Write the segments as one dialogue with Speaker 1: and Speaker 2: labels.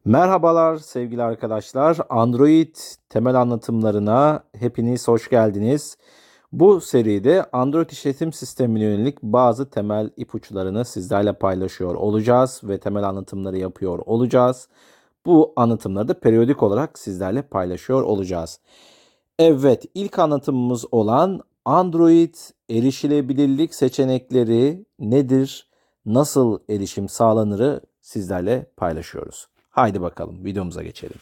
Speaker 1: Merhabalar sevgili arkadaşlar. Android temel anlatımlarına hepiniz hoş geldiniz. Bu seride Android işletim sistemine yönelik bazı temel ipuçlarını sizlerle paylaşıyor olacağız ve temel anlatımları yapıyor olacağız. Bu anlatımları da periyodik olarak sizlerle paylaşıyor olacağız. Evet, ilk anlatımımız olan Android erişilebilirlik seçenekleri nedir, nasıl erişim sağlanırı sizlerle paylaşıyoruz. Haydi bakalım videomuza geçelim.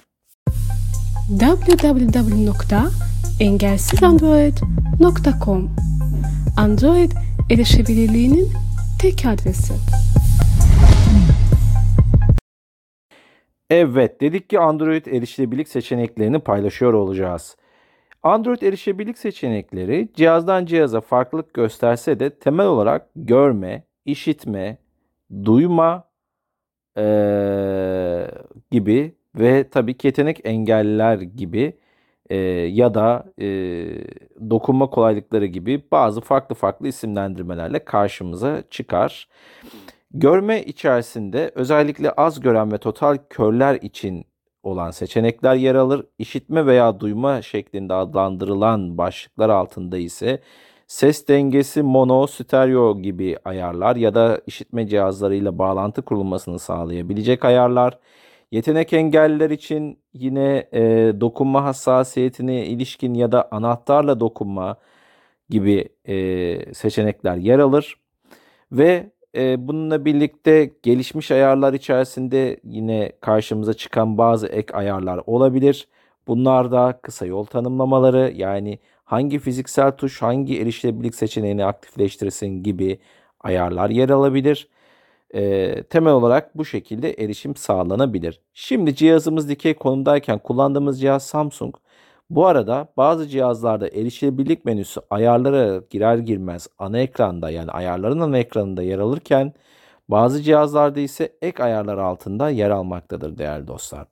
Speaker 2: www.engelsizandroid.com Android erişebilirliğinin tek adresi.
Speaker 1: Evet, dedik ki Android erişilebilirlik seçeneklerini paylaşıyor olacağız. Android erişebilirlik seçenekleri cihazdan cihaza farklılık gösterse de temel olarak görme, işitme, duyma gibi ve tabii ki yetenek engelliler gibi ya da dokunma kolaylıkları gibi bazı farklı isimlendirmelerle karşımıza çıkar. Görme içerisinde özellikle az gören ve total körler için olan seçenekler yer alır. İşitme veya duyma şeklinde adlandırılan başlıklar altında ise ses dengesi, mono, stereo gibi ayarlar ya da işitme cihazlarıyla bağlantı kurulmasını sağlayabilecek ayarlar. Yetenek engelliler için yine dokunma hassasiyetine ilişkin ya da anahtarla dokunma gibi seçenekler yer alır. Ve bununla birlikte gelişmiş ayarlar içerisinde yine karşımıza çıkan bazı ek ayarlar olabilir. Bunlar da kısa yol tanımlamaları, yani hangi fiziksel tuş hangi erişilebilirlik seçeneğini aktifleştirsin gibi ayarlar yer alabilir. Temel olarak bu şekilde erişim sağlanabilir. Şimdi cihazımız dikey konumdayken kullandığımız cihaz Samsung. Bu arada bazı cihazlarda erişilebilirlik menüsü ayarlara girer girmez ana ekranda, yani ayarların ana ekranında yer alırken bazı cihazlarda ise ek ayarlar altında yer almaktadır değerli dostlar.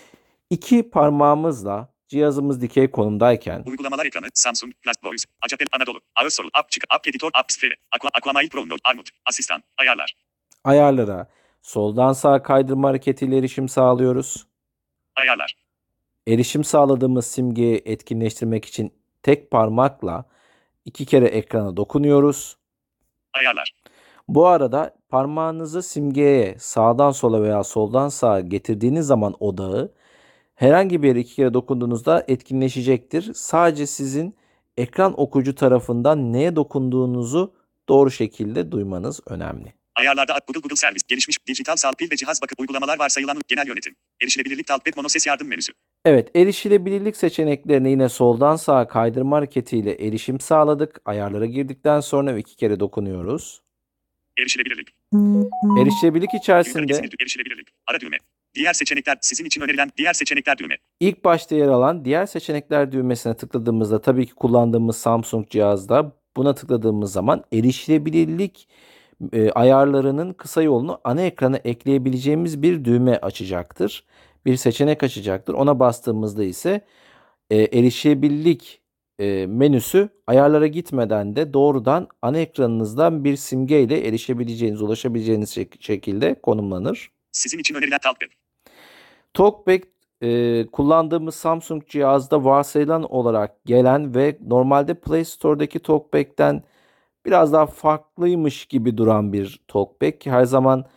Speaker 1: İki parmağımızla cihazımız dikey konumdayken
Speaker 3: Uygulamalar ekranı, Samsung, Flash Voice, Acapel, Anadolu, Ağır Soru, App Çıkı, App Editor, App Sfere, Aquamate Pro, Armut, Asistan, Ayarlar,
Speaker 1: ayarlara soldan sağa kaydırma hareketiyle erişim sağlıyoruz.
Speaker 3: Ayarlar,
Speaker 1: Erişim sağladığımız simgeyi etkinleştirmek için tek parmakla 2 kere ekrana dokunuyoruz.
Speaker 3: Ayarlar,
Speaker 1: Bu arada parmağınızı simgeye sağdan sola veya soldan sağa getirdiğiniz zaman odağı herhangi bir yere 2 kere dokunduğunuzda etkinleşecektir. Sadece sizin ekran okuyucu tarafından neye dokunduğunuzu doğru şekilde duymanız önemli.
Speaker 3: Ayarlarda Google Servis, gelişmiş, dijital sağ pil ve cihaz bakım uygulamalar varsayılan genel yönetim. Erişilebilirlik Talpet Mono Ses Yardım menüsü.
Speaker 1: Evet, erişilebilirlik seçeneklerine yine soldan sağa kaydırma hareketiyle erişim sağladık. Ayarlara girdikten sonra 2 kere dokunuyoruz.
Speaker 3: Erişilebilirlik.
Speaker 1: Erişilebilirlik içerisinde
Speaker 3: Erişilebilirlik. Ara düğme. Diğer seçenekler, sizin için önerilen diğer seçenekler düğme.
Speaker 1: ilk başta yer alan diğer seçenekler düğmesine tıkladığımızda, tabii ki kullandığımız Samsung cihazda buna tıkladığımız zaman erişilebilirlik ayarlarının kısa yolunu ana ekrana ekleyebileceğimiz bir düğme açacaktır. Bir seçenek açacaktır. Ona bastığımızda ise erişilebilirlik menüsü ayarlara gitmeden de doğrudan ana ekranınızdan bir simgeyle erişebileceğiniz, ulaşabileceğiniz şekilde konumlanır.
Speaker 3: Sizin için önerilen Talpet.
Speaker 1: TalkBack kullandığımız Samsung cihazda varsayılan olarak gelen ve normalde Play Store'daki TalkBack'ten biraz daha farklıymış gibi duran bir TalkBack. Her zaman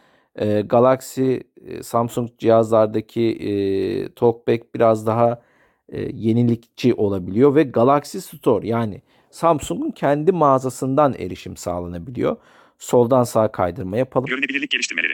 Speaker 1: Galaxy, Samsung cihazlardaki TalkBack biraz daha yenilikçi olabiliyor ve Galaxy Store, yani Samsung'un kendi mağazasından erişim sağlanabiliyor. Soldan sağa kaydırma yapalım.
Speaker 3: Görünebilirlik geliştirmeleri.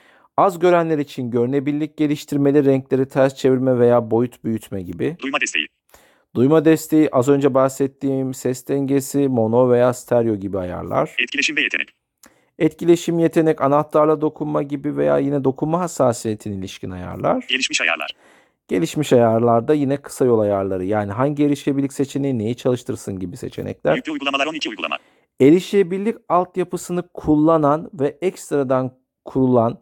Speaker 1: Az görenler için görünebilirlik geliştirmeleri, renkleri ters çevirme veya boyut büyütme gibi.
Speaker 3: Duyma desteği.
Speaker 1: Duyma desteği, az önce bahsettiğim ses dengesi, mono veya stereo gibi ayarlar.
Speaker 3: Etkileşim ve yetenek.
Speaker 1: Etkileşim, yetenek, anahtarla dokunma gibi veya yine dokunma hassasiyetine ilişkin ayarlar.
Speaker 3: Gelişmiş ayarlar.
Speaker 1: Gelişmiş ayarlarda yine kısa yol ayarları, yani hangi erişebilirlik seçeneği neyi çalıştırsın gibi seçenekler.
Speaker 3: Yüklü uygulamalar 12 uygulama.
Speaker 1: Erişebilirlik altyapısını kullanan ve ekstradan kurulan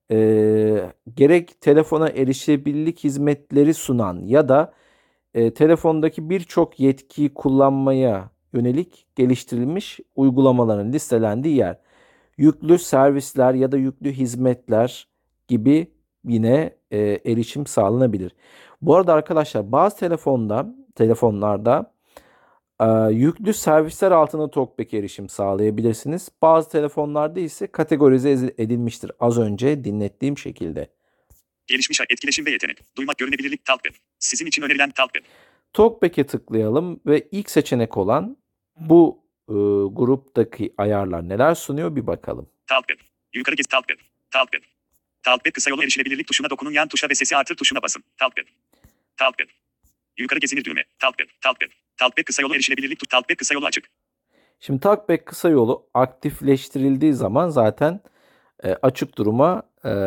Speaker 1: gerek telefona erişebilirlik hizmetleri sunan ya da telefondaki birçok yetkiyi kullanmaya yönelik geliştirilmiş uygulamaların listelendiği yer. Yüklü servisler ya da yüklü hizmetler gibi yine erişim sağlanabilir. Bu arada arkadaşlar bazı telefonlarda yüklü servisler altında TalkBack erişim sağlayabilirsiniz. Bazı telefonlarda ise kategorize edilmiştir. Az önce dinlettiğim şekilde.
Speaker 3: Gelişmiş etkileşim ve yetenek. Duymak, görünebilirlik, TalkBack. Sizin için önerilen TalkBack.
Speaker 1: TalkBack'e tıklayalım ve ilk seçenek olan bu gruptaki ayarlar neler sunuyor bir bakalım.
Speaker 3: TalkBack. Yukarı gez TalkBack. TalkBack. TalkBack kısa yolu erişilebilirlik tuşuna dokunun, yan tuşa ve sesi artır tuşuna basın. TalkBack. TalkBack. Yukarı gezinir düğme. TalkBack. TalkBack. TalkBack kısa yolu erişilebilirlik TalkBack kısa yolu açık.
Speaker 1: Şimdi TalkBack kısa yolu aktifleştirildiği zaman zaten açık duruma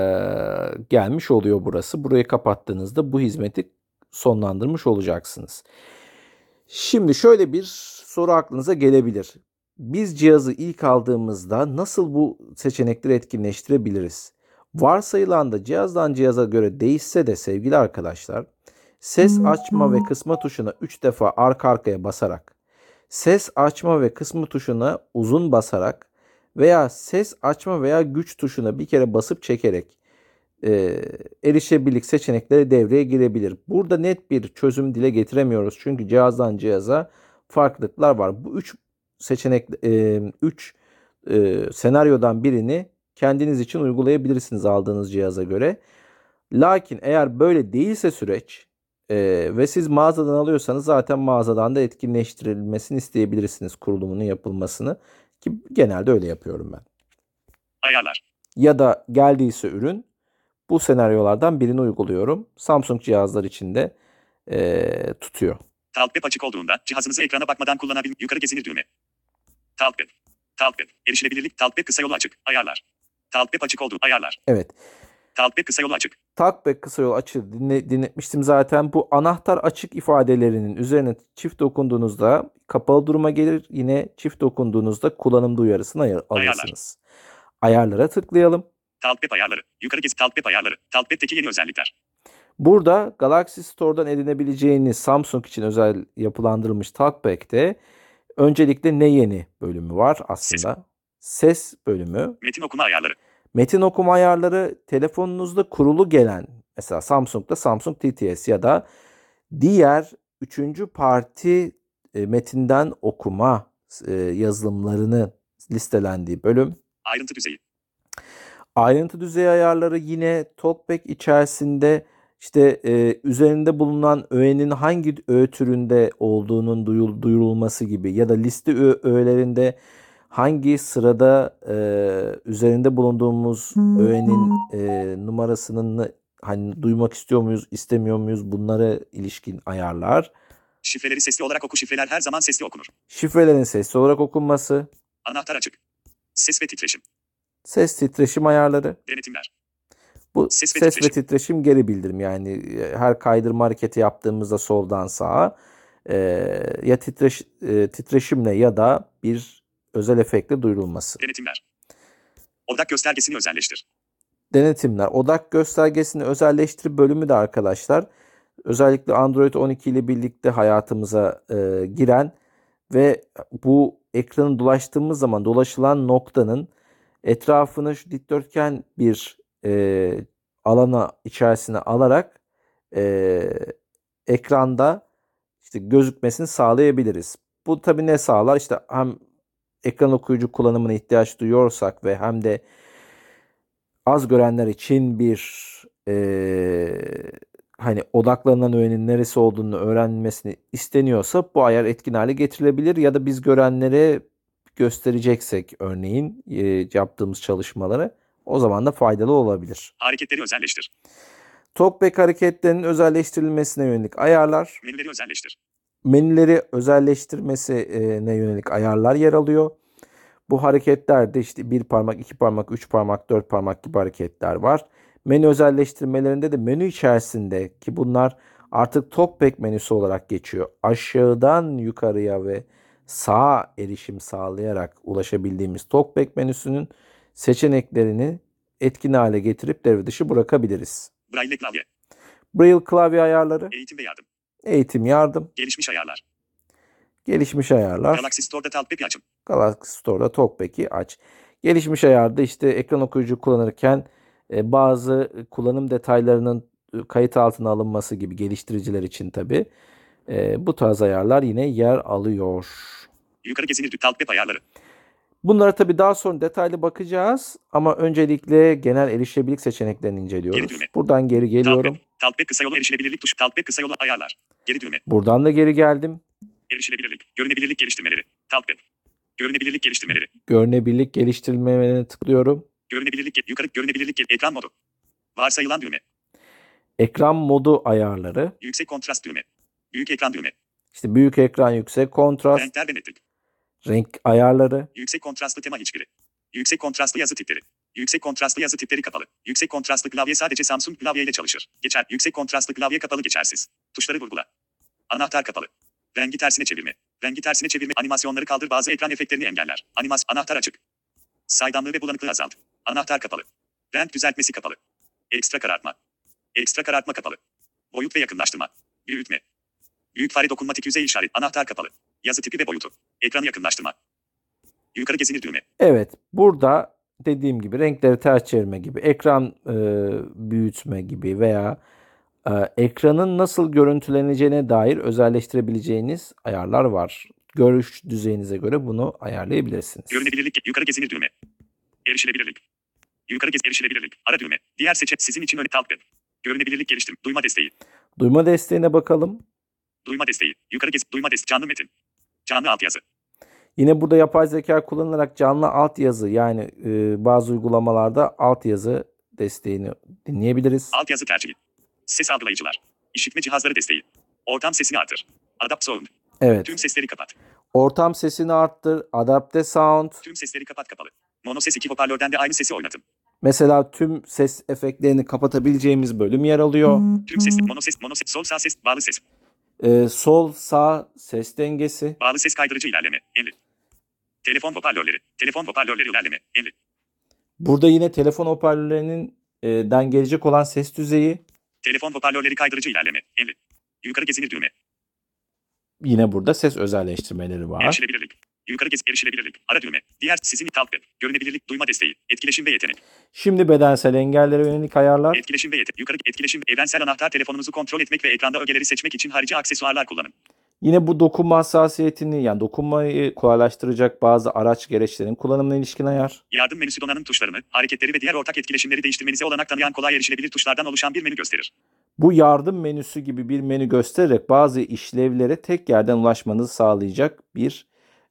Speaker 1: gelmiş oluyor burası. Burayı kapattığınızda bu hizmeti sonlandırmış olacaksınız. Şimdi şöyle bir soru aklınıza gelebilir. Biz cihazı ilk aldığımızda nasıl bu seçenekleri etkinleştirebiliriz? Varsayılan da cihazdan cihaza göre değişse de sevgili arkadaşlar, ses açma ve kısma tuşuna 3 defa arka arkaya basarak, ses açma ve kısma tuşuna uzun basarak veya ses açma veya güç tuşuna bir kere basıp çekerek erişebilirlik seçenekleri devreye girebilir. Burada net bir çözüm dile getiremiyoruz. Çünkü cihazdan cihaza farklılıklar var. Bu 3 seçenek 3 senaryodan birini kendiniz için uygulayabilirsiniz aldığınız cihaza göre. Lakin eğer böyle değilse süreç ve siz mağazadan alıyorsanız zaten mağazadan da etkinleştirilmesini isteyebilirsiniz, kurulumunun yapılmasını, ki genelde öyle yapıyorum ben.
Speaker 3: Ayarlar.
Speaker 1: Ya da geldiyse ürün, bu senaryolardan birini uyguluyorum. Samsung cihazlar için de tutuyor.
Speaker 3: TalkBack açık olduğunda cihazınızı ekrana bakmadan kullanabilmek. Yukarı gezinir düğme. TalkBack. TalkBack. Erişilebilirlik TalkBack kısa yolu açık. Ayarlar. TalkBack açık olduğu ayarlar.
Speaker 1: Evet.
Speaker 3: TalkBack kısa yolu açık.
Speaker 1: TalkBack kısa yol açık dinletmiştim zaten. Bu anahtar açık ifadelerinin üzerine çift dokunduğunuzda kapalı duruma gelir. Yine çift dokunduğunuzda kullanımda uyarısını alırsınız. Ayarlara tıklayalım.
Speaker 3: TalkBack ayarları. Yukarı gez TalkBack ayarları. TalkBack'teki yeni özellikler.
Speaker 1: Burada Galaxy Store'dan edinebileceğiniz Samsung için özel yapılandırılmış TalkBack'te öncelikle ne yeni bölümü var aslında? Ses bölümü.
Speaker 3: Metin okuma ayarları.
Speaker 1: Metin okuma ayarları telefonunuzda kurulu gelen, mesela Samsung'da Samsung TTS ya da diğer üçüncü parti metinden okuma yazılımlarını listelendiği bölüm.
Speaker 3: Ayrıntı düzeyi.
Speaker 1: Ayrıntı düzeyi ayarları yine TalkBack içerisinde işte üzerinde bulunan öğenin hangi öğe türünde olduğunun duyurulması gibi ya da liste öğelerinde hangi sırada üzerinde bulunduğumuz öğenin numarasının hani duymak istiyor muyuz, istemiyor muyuz, bunlara ilişkin ayarlar.
Speaker 3: Şifreleri sesli olarak oku. Şifreler her zaman sesli okunur.
Speaker 1: Şifrelerin sesli olarak okunması.
Speaker 3: Anahtar açık. Ses ve titreşim.
Speaker 1: Ses titreşim ayarları.
Speaker 3: Denetimler.
Speaker 1: Bu ses ve titreşim geri bildirim, yani her kaydırma hareketi yaptığımızda soldan sağa ya titreşimle ya da bir özel efektle duyurulması.
Speaker 3: Denetimler. Odak göstergesini özelleştir.
Speaker 1: Denetimler. Odak göstergesini özelleştir bölümü de arkadaşlar özellikle Android 12 ile birlikte hayatımıza giren ve bu ekranı dolaştığımız zaman dolaşılan noktanın etrafını şu dikdörtgen bir alana içerisine alarak ekranda işte gözükmesini sağlayabiliriz. Bu tabii ne sağlar? İşte hem ekran okuyucu kullanımına ihtiyaç duyuyorsak ve hem de az görenler için bir hani odaklanan öğenin neresi olduğunu öğrenmesini isteniyorsa bu ayar etkin hale getirilebilir ya da biz görenlere göstereceksek örneğin yaptığımız çalışmaları, o zaman da faydalı olabilir.
Speaker 3: Hareketleri özelleştir.
Speaker 1: TalkBack hareketlerinin özelleştirilmesine yönelik ayarlar.
Speaker 3: Menüleri özelleştir.
Speaker 1: Menüleri özelleştirmesine yönelik ayarlar yer alıyor. Bu hareketlerde işte 1 parmak, 2 parmak, 3 parmak, 4 parmak gibi hareketler var. Menü özelleştirmelerinde de menü içerisinde, ki bunlar artık TalkBack menüsü olarak geçiyor, aşağıdan yukarıya ve sağa erişim sağlayarak ulaşabildiğimiz TalkBack menüsünün seçeneklerini etkin hale getirip devre dışı bırakabiliriz.
Speaker 3: Braille klavye.
Speaker 1: Braille klavye ayarları.
Speaker 3: Eğitim ve yardım.
Speaker 1: Eğitim, yardım.
Speaker 3: Gelişmiş ayarlar.
Speaker 1: Gelişmiş ayarlar.
Speaker 3: Galaxy Store'da TalkBack'i açın.
Speaker 1: Galaxy Store'da TalkBack'i aç. Gelişmiş ayarda işte ekran okuyucu kullanırken bazı kullanım detaylarının kayıt altına alınması gibi geliştiriciler için tabii bu tarz ayarlar yine yer alıyor.
Speaker 3: Yukarı gezinir talpet ayarları.
Speaker 1: Bunlara tabii daha sonra detaylı bakacağız ama öncelikle genel erişilebilirlik seçeneklerini
Speaker 3: Geri
Speaker 1: inceliyoruz.
Speaker 3: düğme.
Speaker 1: Buradan geri geliyorum.
Speaker 3: Talpet kısa yolu erişilebilirlik tuşu. Talpet kısa yolu ayarlar. Geri düğme.
Speaker 1: Buradan da geri geldim.
Speaker 3: Erişilebilirlik. Görünebilirlik geliştirmeleri. Talpet. Görünebilirlik geliştirmeleri.
Speaker 1: Görünebilirlik geliştirmelerine tıklıyorum.
Speaker 3: Yukarı görünebilirlik ekran modu. Varsayılan düğme.
Speaker 1: Ekran modu ayarları.
Speaker 3: Yüksek kontrast düğme. Büyük ekran düğme.
Speaker 1: İşte büyük ekran, yüksek kontrast,
Speaker 3: Renkler ve netlik.
Speaker 1: renk ayarları.
Speaker 3: Yüksek kontrastlı tema hiçbiri. Yüksek kontrastlı yazı tipleri. Yüksek kontrastlı yazı tipleri kapalı. Yüksek kontrastlı klavye sadece Samsung klavye ile çalışır. Geçer. Yüksek kontrastlı klavye kapalı geçersiz. Tuşları vurgula. Anahtar kapalı. Rengi tersine çevirme. Rengi tersine çevirme. Animasyonları kaldır. Bazı ekran efektlerini engeller. Anahtar açık. Saydamlığı ve bulanıklığı azalt. Anahtar kapalı. Renk düzeltmesi kapalı. Ekstra karartma. Ekstra karartma kapalı. Boyut ve yakınlaştırma. Büyütme. Büyük fare dokunmatik yüzey işaret. Anahtar kapalı. Yazı tipi ve boyutu. Ekranı yakınlaştırma. Yukarı gezinir düğme.
Speaker 1: Evet, burada dediğim gibi renkleri ters çevirme gibi, ekran büyütme gibi veya ekranın nasıl görüntüleneceğine dair özelleştirebileceğiniz ayarlar var. Görüş düzeyinize göre bunu ayarlayabilirsiniz.
Speaker 3: Görünebilirlik. Yukarı gezinir düğme. Erişilebilirlik. Erişilebilirlik. Ara düğme. Diğer seçenek sizin için talpet. Görünebilirlik geliştirme. Duyma desteği.
Speaker 1: Duyma desteğine bakalım.
Speaker 3: Duyma desteği. Yukarı duyma desteği. Canlı metin. Canlı altyazı.
Speaker 1: Yine burada yapay zeka kullanılarak canlı altyazı yani bazı uygulamalarda altyazı desteğini dinleyebiliriz.
Speaker 3: Altyazı tercihi. Ses algılayıcılar. İşitme cihazları desteği. Ortam sesini artır. Adapt sound.
Speaker 1: Evet.
Speaker 3: Tüm sesleri kapat.
Speaker 1: Ortam sesini arttır. Adapte sound.
Speaker 3: Tüm sesleri kapalı. Mono ses 2 hoparlörden de aynı sesi oynatın.
Speaker 1: Mesela tüm ses efektlerini kapatabileceğimiz bölüm yer alıyor.
Speaker 3: Tüm sesli mono ses, sol sağ ses, bağlı ses.
Speaker 1: Sol sağ ses dengesi.
Speaker 3: Bağlı ses kaydırıcı ilerleme. 50. Telefon hoparlörleri ilerleme. 50.
Speaker 1: Burada yine telefon hoparlörlerinin den gelecek olan ses düzeyi.
Speaker 3: Telefon hoparlörleri kaydırıcı ilerleme. 50. Yukarı gezinir düğme.
Speaker 1: Yine burada ses özelleştirmeleri var.
Speaker 3: Erişilebilirlik. Yukarı erişilebilirlik. Ara düğme. Diğer sizin talpet. Görünebilirlik, duyma desteği. Etkileşim ve yetenek.
Speaker 1: Şimdi bedensel engellere yönelik ayarlar.
Speaker 3: Etkileşim ve yetenek. Yukarı etkileşim. Evrensel anahtar telefonunuzu kontrol etmek ve ekranda ögeleri seçmek için harici aksesuarlar kullanın.
Speaker 1: Yine bu dokunma hassasiyetini yani dokunmayı kolaylaştıracak bazı araç gereçlerin kullanımına ilişkin ayar.
Speaker 3: Yardım menüsü donanım tuşlarını, hareketleri ve diğer ortak etkileşimleri değiştirmenize olanak tanıyan kolay erişilebilir tuşlardan oluşan bir menü gösterir.
Speaker 1: Bu yardım menüsü gibi bir menü göstererek bazı işlevlere tek yerden ulaşmanızı sağlayacak bir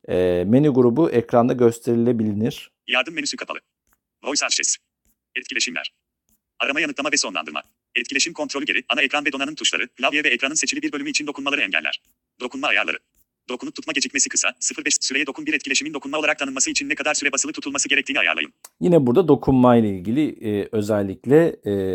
Speaker 1: menü grubu ekranda gösterilebilir.
Speaker 3: Yardım menüsü kapalı. Voice access. Etkileşimler. Arama, yanıtlama ve sonlandırma. Etkileşim kontrolü geri, ana ekran ve donanım tuşları, klavye ve ekranın seçili bir bölümü için dokunmaları engeller. Dokunma ayarları. Dokunup tutma gecikmesi kısa, 0.5 süreye dokun bir etkileşimin dokunma olarak tanınması için ne kadar süre basılı tutulması gerektiğini ayarlayın.
Speaker 1: Yine burada dokunma ile ilgili özellikle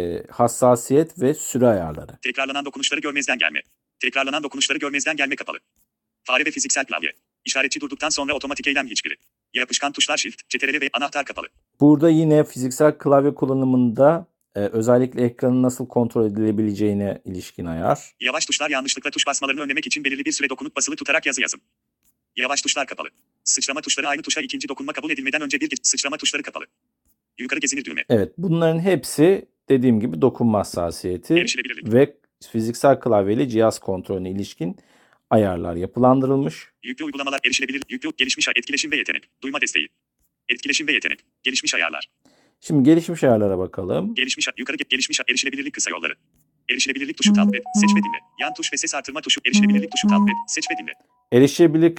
Speaker 1: hassasiyet ve süre ayarları.
Speaker 3: Tekrarlanan dokunuşları görmezden gelme. Tekrarlanan dokunuşları görmezden gelme kapalı. Fare ve fiziksel klavye. İşaretçi durduktan sonra otomatik eylem hiçbiri. Yapışkan tuşlar Shift, CTRL ve anahtar kapalı.
Speaker 1: Burada yine fiziksel klavye kullanımında özellikle ekranın nasıl kontrol edilebileceğine ilişkin ayar.
Speaker 3: Yavaş tuşlar yanlışlıkla tuş basmalarını önlemek için belirli bir süre dokunup basılı tutarak yazı yazın. Yavaş tuşlar kapalı. Sıçrama tuşları aynı tuşa ikinci dokunma kabul edilmeden önce sıçrama tuşları kapalı. Yukarı gezinir düğme.
Speaker 1: Evet, bunların hepsi dediğim gibi dokunma hassasiyeti ve fiziksel klavye ile cihaz kontrolüne ilişkin ayarlar yapılandırılmış.
Speaker 3: Yüklü uygulamalar erişilebilir. Yüklü gelişmiş etkileşim ve yetenek. Duyma desteği. Etkileşim ve yetenek. Gelişmiş ayarlar.
Speaker 1: Şimdi gelişmiş ayarlara bakalım.
Speaker 3: Gelişmiş erişilebilirlik kısa yolları. Erişilebilirlik tuşu talep et, seç ve dinle. Yan tuş ve ses artırma tuşu. Erişilebilirlik tuşu talep et, seç ve dinle.
Speaker 1: Erişilebilirlik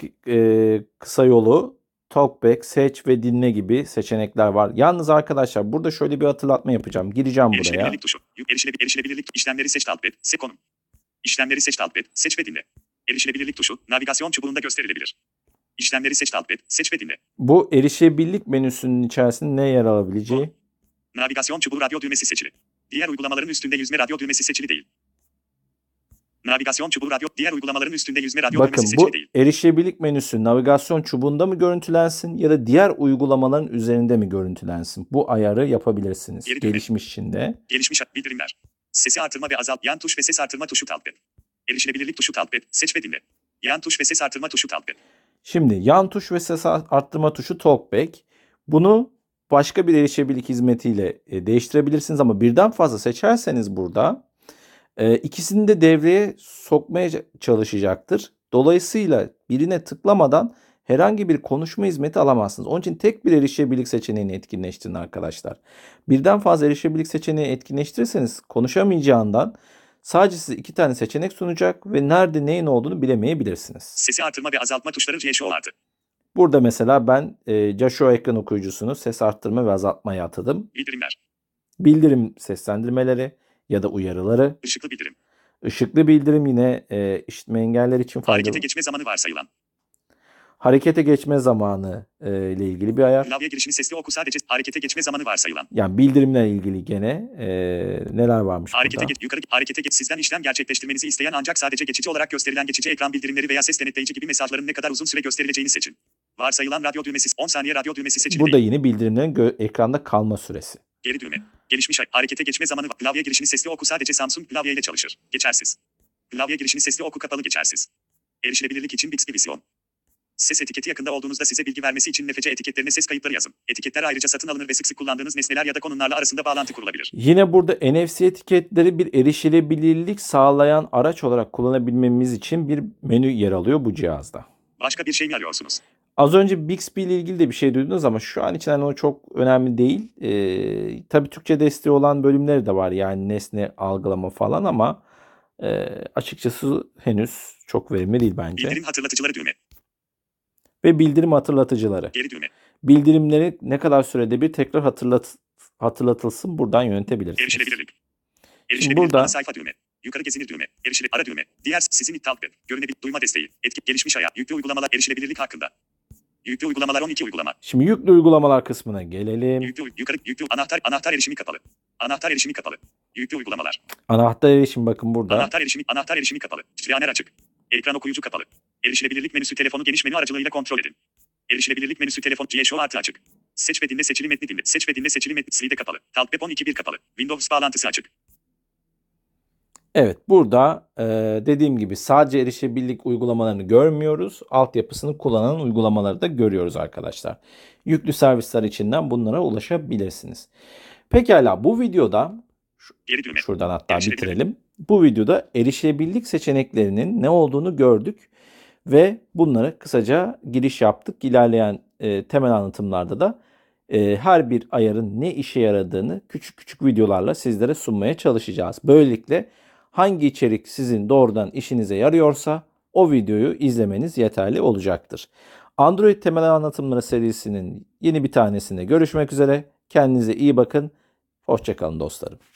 Speaker 1: kısa yolu, talkback, seç ve dinle gibi seçenekler var. Yalnız arkadaşlar burada şöyle bir hatırlatma yapacağım. Gireceğim buraya.
Speaker 3: Erişilebilirlik tuşu. Erişilebilirlik işlemleri seç talep et, seç konum. İşlemleri seç talep et, seç ve dinle. Erişilebilirlik tuşu navigasyon çubuğunda gösterilebilir. İşlemleri seç talep et, seç ve dinle.
Speaker 1: Bu erişebilirlik menüsünün içerisinde ne yer alabileceği?
Speaker 3: Navigasyon çubuğu radyo düğmesi seçili. Diğer uygulamaların üstünde yüzme radyo düğmesi seçili değil. Navigasyon çubuğu radyo diğer uygulamaların üstünde yüzme radyo düğmesi seçili değil.
Speaker 1: Bakın bu erişebilirlik menüsü navigasyon çubuğunda mı görüntülensin ya da diğer uygulamaların üzerinde mi görüntülensin? Bu ayarı yapabilirsiniz. Gelişmiş içinde.
Speaker 3: Gelişmiş bildirimler. Sesi artırma ve azalt. Yan tuş ve ses artırma tuşu talep et. Erişilebilirlik tuşu talep et. Seç ve dinle. Yan tuş ve ses artırma tuşu talep et.
Speaker 1: Şimdi yan tuş ve ses arttırma tuşu talkback. Bunu başka bir erişebilirlik hizmetiyle değiştirebilirsiniz ama birden fazla seçerseniz burada İkisini de devreye sokmaya çalışacaktır. Dolayısıyla birine tıklamadan herhangi bir konuşma hizmeti alamazsınız. Onun için tek bir erişebilirlik seçeneğini etkinleştirin arkadaşlar. Birden fazla erişebilirlik seçeneği etkinleştirirseniz konuşamayacağından sadece size 2 tane seçenek sunacak ve nerede neyin olduğunu bilemeyebilirsiniz.
Speaker 3: Sesi artırma ve azaltma tuşları JSO artı.
Speaker 1: Burada mesela ben Joshua ekran okuyucusunu ses arttırma ve azaltmaya atadım.
Speaker 3: Bildirimler.
Speaker 1: Bildirim seslendirmeleri ya da uyarıları.
Speaker 3: Işıklı bildirim.
Speaker 1: Işıklı bildirim yine işitme engelleri için faydalı.
Speaker 3: Harekete geçme zamanı varsayılan.
Speaker 1: Harekete geçme zamanı ile ilgili bir ayar.
Speaker 3: Klavye girişini sesli oku sadece harekete geçme zamanı varsayılan.
Speaker 1: Yani bildirimle ilgili gene neler varmış
Speaker 3: Harekete
Speaker 1: burada?
Speaker 3: geç, yukarı harekete geç. Sizden işlem gerçekleştirmenizi isteyen ancak sadece geçici olarak gösterilen geçici ekran bildirimleri veya ses denetleyici gibi mesajların ne kadar uzun süre gösterileceğini seçin. Varsayılan radyo düğmesi 10 saniye radyo düğmesi seçili.
Speaker 1: Burada yine bildirimlerin ekranda kalma süresi.
Speaker 3: Geri düğme. Gelişmiş harekete geçme zamanı. Klavye girişini sesli oku sadece Samsung klavye ile çalışır. Geçersiz. Klavye girişini sesli oku kapalı geçersiz. Erişilebilirlik için Bixby Vision. Ses etiketi yakında olduğunuzda size bilgi vermesi için nefece etiketlerine ses kayıtları yazın. Etiketler ayrıca satın alınır ve sık sık kullandığınız nesneler ya da konumlarla arasında bağlantı kurulabilir.
Speaker 1: Yine burada NFC etiketleri bir erişilebilirlik sağlayan araç olarak kullanabilmemiz için bir menü yer alıyor bu cihazda.
Speaker 3: Başka bir şey mi arıyorsunuz?
Speaker 1: Az önce Bixby ile ilgili de bir şey duydunuz ama şu an için hani o çok önemli değil. Tabii Türkçe desteği olan bölümleri de var, yani nesne algılama falan, ama açıkçası henüz çok verimli değil bence.
Speaker 3: Bildirim hatırlatıcıları düğme.
Speaker 1: Ve bildirim hatırlatıcıları.
Speaker 3: Geri düğme.
Speaker 1: Bildirimleri ne kadar sürede bir tekrar hatırlatılsın buradan yönetebilirsiniz.
Speaker 3: Erişilebilirlik.
Speaker 1: Şimdi
Speaker 3: Erişilebilir
Speaker 1: burada
Speaker 3: ana sayfa düğme. Yukarı gezinir düğme. Ara düğme. Diğer sizin talep. Görünebilir duyma desteği. Etki gelişmiş ayağı. Yüklü uygulamalar erişilebilirlik hakkında. Yüklü uygulamalar 12 uygulama.
Speaker 1: şimdi yüklü uygulamalar kısmına gelelim.
Speaker 3: Yüklü anahtar erişimi kapalı. Anahtar erişimi kapalı. Yüklü uygulamalar.
Speaker 1: Anahtar erişim bakın burada.
Speaker 3: Anahtar erişimi kapalı. Scanner açık. Ekran okuyucu kapalı. Erişilebilirlik menüsü telefonu geniş menü aracılığıyla kontrol edin. Erişilebilirlik menüsü telefon GSO artı açık. Seç ve dinle seçili metni dinle. Seç ve dinle seçili metni slide kapalı. Talpweb 12.1 kapalı. Windows bağlantısı açık.
Speaker 1: Evet, burada dediğim gibi sadece erişebilirlik uygulamalarını görmüyoruz. Altyapısını kullanan uygulamaları da görüyoruz arkadaşlar. Yüklü servisler içinden bunlara ulaşabilirsiniz. Pekala, bu videoda
Speaker 3: Geri düğme.
Speaker 1: şuradan hatta bitirelim. Bu videoda erişebilirlik seçeneklerinin ne olduğunu gördük ve bunları kısaca giriş yaptık. İlerleyen temel anlatımlarda da her bir ayarın ne işe yaradığını küçük küçük videolarla sizlere sunmaya çalışacağız. Böylelikle hangi içerik sizin doğrudan işinize yarıyorsa o videoyu izlemeniz yeterli olacaktır. Android temel anlatımları serisinin yeni bir tanesinde görüşmek üzere. Kendinize iyi bakın. Hoşça kalın dostlarım.